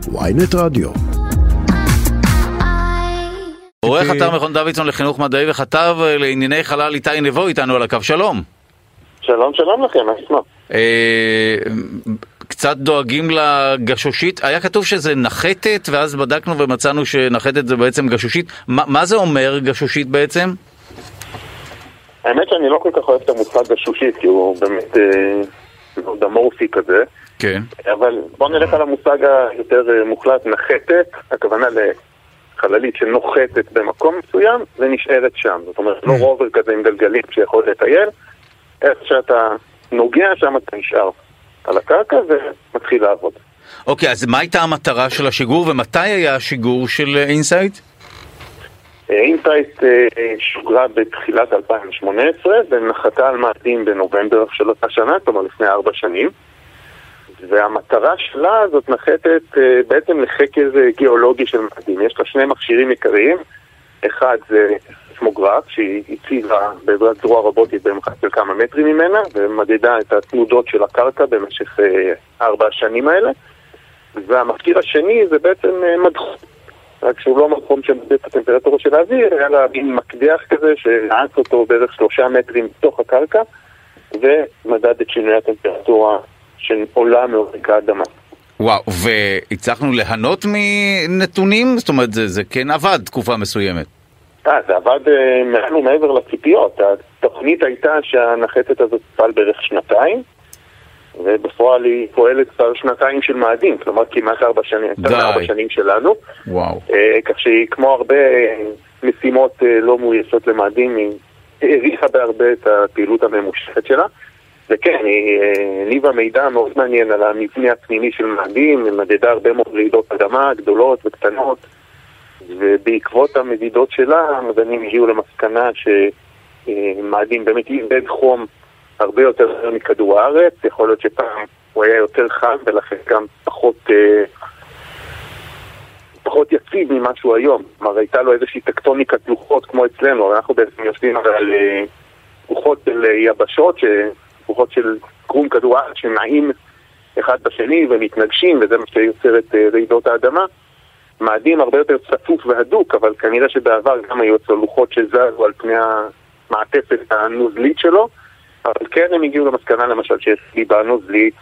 ynet רדיו. עורך אתר מכון דוידסון לחינוך מדעי וכתב לענייני חלל איתי נבו איתנו על הקו. שלום. שלום, שלום לכם, אני אשמח. קצת דואגים לגשושית. היה כתוב שזה נחתת, ואז בדקנו ומצאנו שנחתת זה בעצם גשושית. מה זה אומר גשושית בעצם? האמת שאני לא כל כך אוהב את המושג גשושית, כי הוא באמת מאוד אמורפי כזה. כן. אבל בוא נלך על המושג היותר מוחלט, נחתת, הכוונה לחללית שנוחתת במקום מסוים ונשארת שם. זאת אומרת, לא רובר כזה עם גלגלים שיכול לטייל, איך שאתה נוגע שם אתה נשאר על הקרקע ומתחיל לעבוד. אוקיי, אז מה הייתה המטרה של השיגור ומתי היה השיגור של אינסייט? אינסייט שוגרה בתחילת 2018 ונחתה על מאדים בנובמבר של אותה שנה, כלומר לפני 4 שנים. והמטרה שלה זאת נחתת בעצם לחקר גיאולוגי של מאדים. יש לה 2 מכשירים עיקריים. אחד זה סמוגרף שהיא הציבה בעזרת זרוע רובוטית במרחק של כמה מטרים ממנה ומדדה את התנודות של הקרקע במשך 4 השנים האלה. והמכשיר השני זה בעצם מדחום, רק שהוא לא מדחום שמדד את הטמפרטורה של האוויר, היה לה מקדח כזה שנעץ אותו בערך 3 מטרים בתוך הקרקע ומדד את שינוי הטמפרטורה שעולה מעומק האדמה. וואו, והצלחנו ליהנות מנתונים? זאת אומרת, זה כן עבד תקופה מסוימת. זה עבד מעבר לציפיות. התוכנית הייתה שהנחתת הזאת פעל בערך 2 ובפועל היא פועלת כבר 2 של מאדים, כלומר כמעט 4 שנים, 4 שנים שלנו. וואו. כך שהיא כמו הרבה משימות לא מאוישות למאדים, היא העריכה בהרבה את הפעילות הממושכת שלה. וכן, היא ניבה מידע מאוד מעניין על המבנה הפנימי של מאדים, היא מדדה הרבה מאוד רעידות אדמה גדולות וקטנות, ובעקבות המדידות שלה, המדענים הגיעו למסקנה שמאדים באמת איבד חום הרבה יותר מכדור הארץ. יכול להיות שפעם הוא היה יותר חם ולכן גם פחות יציב ממה שהוא היום. כלומר, הייתה לו איזושהי טקטוניקת לוחות כמו אצלנו, אנחנו בעצם יושבים על לוחות של יבשות, לוחות של קרום כדור הארץ שנעים אחד בשני ומתנגשים, וזה מה שיוצר את רעידות האדמה. מאדים הרבה יותר צפוף והדוק, אבל כנראה שבעבר גם היו אצלו לוחות שזזו על פני המעטפת הנוזלית שלו, אבל כן הם הגיעו למסקנה למשל שיש ליבה נוזלית,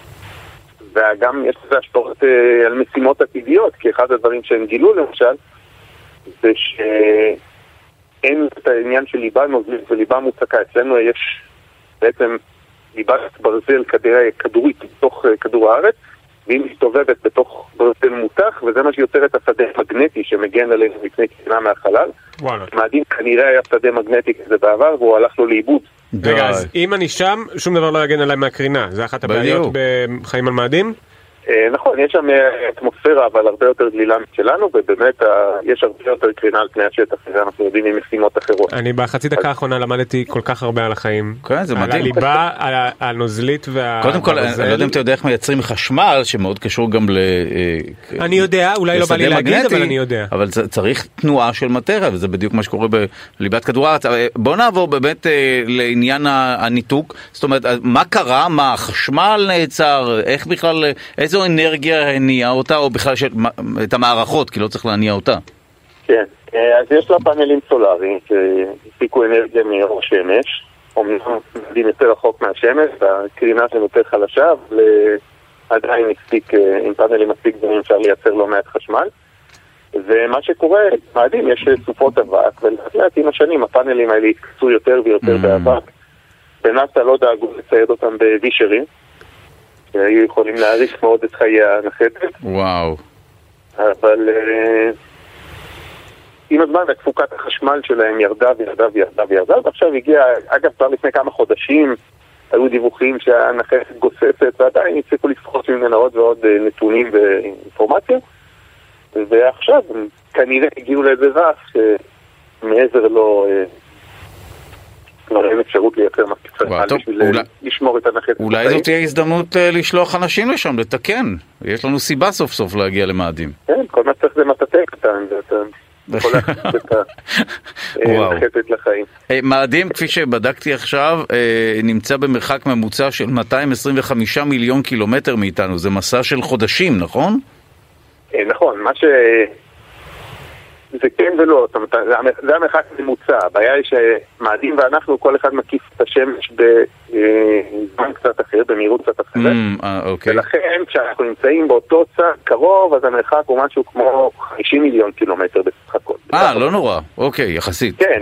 וגם יש לזה השפעות על משימות עתידיות, כי אחד הדברים שהם גילו למשל, זה שאין את העניין של ליבה נוזלית וליבה מוצקה. אצלנו יש בעצם ליבת ברזל כדורית בתוך כדור הארץ, והיא מסתובבת בתוך ברזל מותח, וזה מה שיוצר את השדה המגנטי שמגן עלינו מפני קרינה מהחלל. מאדים כנראה היה שדה מגנטי כזה בעבר, והוא הלך לו לאיבוד. רגע, אז אם אני שם, שום דבר לא יגן עליי מהקרינה. זה אחת הבעיות בחיים על מאדים? נכון, יש שם אטמוספירה, אבל הרבה יותר דלילה משלנו, ובאמת יש הרבה יותר קרינה על פני השטח, ואנחנו יודעים ממשימות אחרות. אני בחצי דקה האחרונה למדתי כל כך הרבה על החיים. כן, זה מדהים. על הליבה, על הנוזלית קודם כל, אני לא יודע אם אתה יודע איך מייצרים חשמל, שמאוד קשור גם אני יודע, אולי לא בא לי להגיד, אבל אני יודע. אבל צריך תנועה של מטריה, וזה בדיוק מה שקורה בליבת כדור הארץ. בוא נעבור באמת לעניין הניתוק. זאת אומרת, מה קרה? מה החשמל נעצר? איך בכלל, איזו אנרגיה הניעה אותה, או בכלל את המערכות, כי לא צריך להניע אותה? כן, אז יש לה פאנלים סולאריים שהפיקו אנרגיה מאור שמש, אומנם עדים יותר רחוק מהשמש, והקרינה שלנו יותר חלשה, אבל עדיין עם פאנלים מספיק גדולים אפשר לייצר לא מעט חשמל. ומה שקורה, מאדים, יש סופות אבק, ולאט עם השנים הפאנלים האלה התקצו יותר ויותר באבק. בנאס"א לא דאגו לצייד אותם בווישרים, שהיו יכולים להאריך מאוד את חיי הנחתת. וואו. אבל עם הזמן תפוקת החשמל שלהם ירדה וירדה וירדה וירדה, ועכשיו הגיע, אגב, כבר לפני כמה חודשים היו דיווחים שהנחתת גוססת, ועדיין הצליחו לפחות ממנה עוד ועוד נתונים ואינפורמציה, ועכשיו כנראה הגיעו לאיזה רף שמעבר לו כבר אין אפשרות לייצר מספיק בשביל לשמור את הנחתת. אולי זאת תהיה הזדמנות לשלוח אנשים לשם, לתקן. יש לנו סיבה סוף סוף להגיע למאדים. כן, כל מה צריך זה מטאטא קטן, ואתה יכול להכניס את הנחתת לחיים. מאדים, כפי שבדקתי עכשיו, נמצא במרחק ממוצע של 225 מיליון קילומטר מאיתנו. זה מסע של חודשים, נכון? נכון, מה ש... זה כן ולא, זאת אומרת, זה המרחק ממוצע. הבעיה היא שמאדים ואנחנו, כל אחד מקיף את השמש בזמן קצת אחר, במהירות קצת אחרת. ולכן, כשאנחנו נמצאים באותו צד קרוב, אז המרחק הוא משהו כמו 50 מיליון קילומטר בסך הכל. לא נורא, אוקיי, יחסית. כן,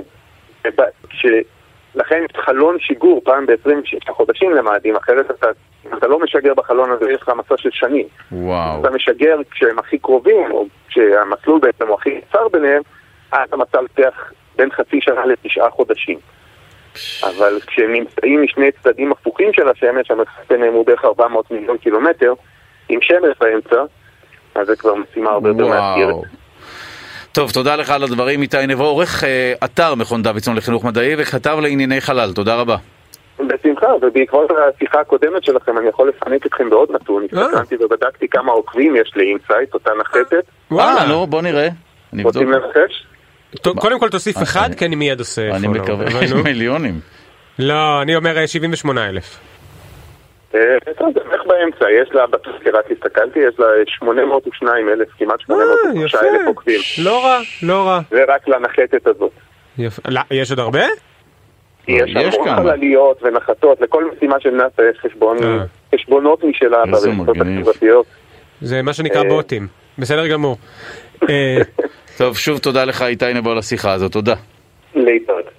לכן חלון שיגור פעם ב-26 חודשים למאדים, אחרת אתה לא משגר בחלון הזה, יש לך מסע של שנים. וואו. אתה משגר כשהם הכי קרובים, או כשהמסלול בעצם הוא הכי קצר ביניהם, אז המסע לוקח בין חצי שנה ל9 חודשים. אבל כשהם נמצאים משני צדדים הפוכים של השמש, המרחק ביניהם הוא בערך 400 מיליון קילומטר, עם שמש באמצע, אז זה כבר משימה הרבה יותר מאתגרת. טוב, תודה לך על הדברים. איתי נבו, עורך אתר מכון דוידסון לחינוך מדעי וכתב לענייני חלל. תודה רבה. בשמחה, ובעקבות השיחה הקודמת שלכם אני יכול לפנק אתכם בעוד נתון. הסתכלתי ובדקתי כמה עוקבים יש לאינסייט, אותה נחתת. נו, בוא נראה. רוצים לנחש? קודם כל תוסיף אחד, כי אני מיד עושה פולו. אני מקווה, מיליונים. לא, אני אומר 78,000. טוב, זה איך באמצע, יש לה, רק הסתכלתי, יש לה 802,000, כמעט 803,000 עוקבים. לא רע, לא רע. זה רק לנחתת הזאת. יש עוד הרבה? יש המון חלליות ונחתות, לכל משימה של נאס"א יש חשבונות משלה ברשתות החברתיות. זה מה שנקרא בוטים, בסדר גמור. טוב, שוב תודה לך איתי נבו על השיחה הזאת, תודה. להתראות.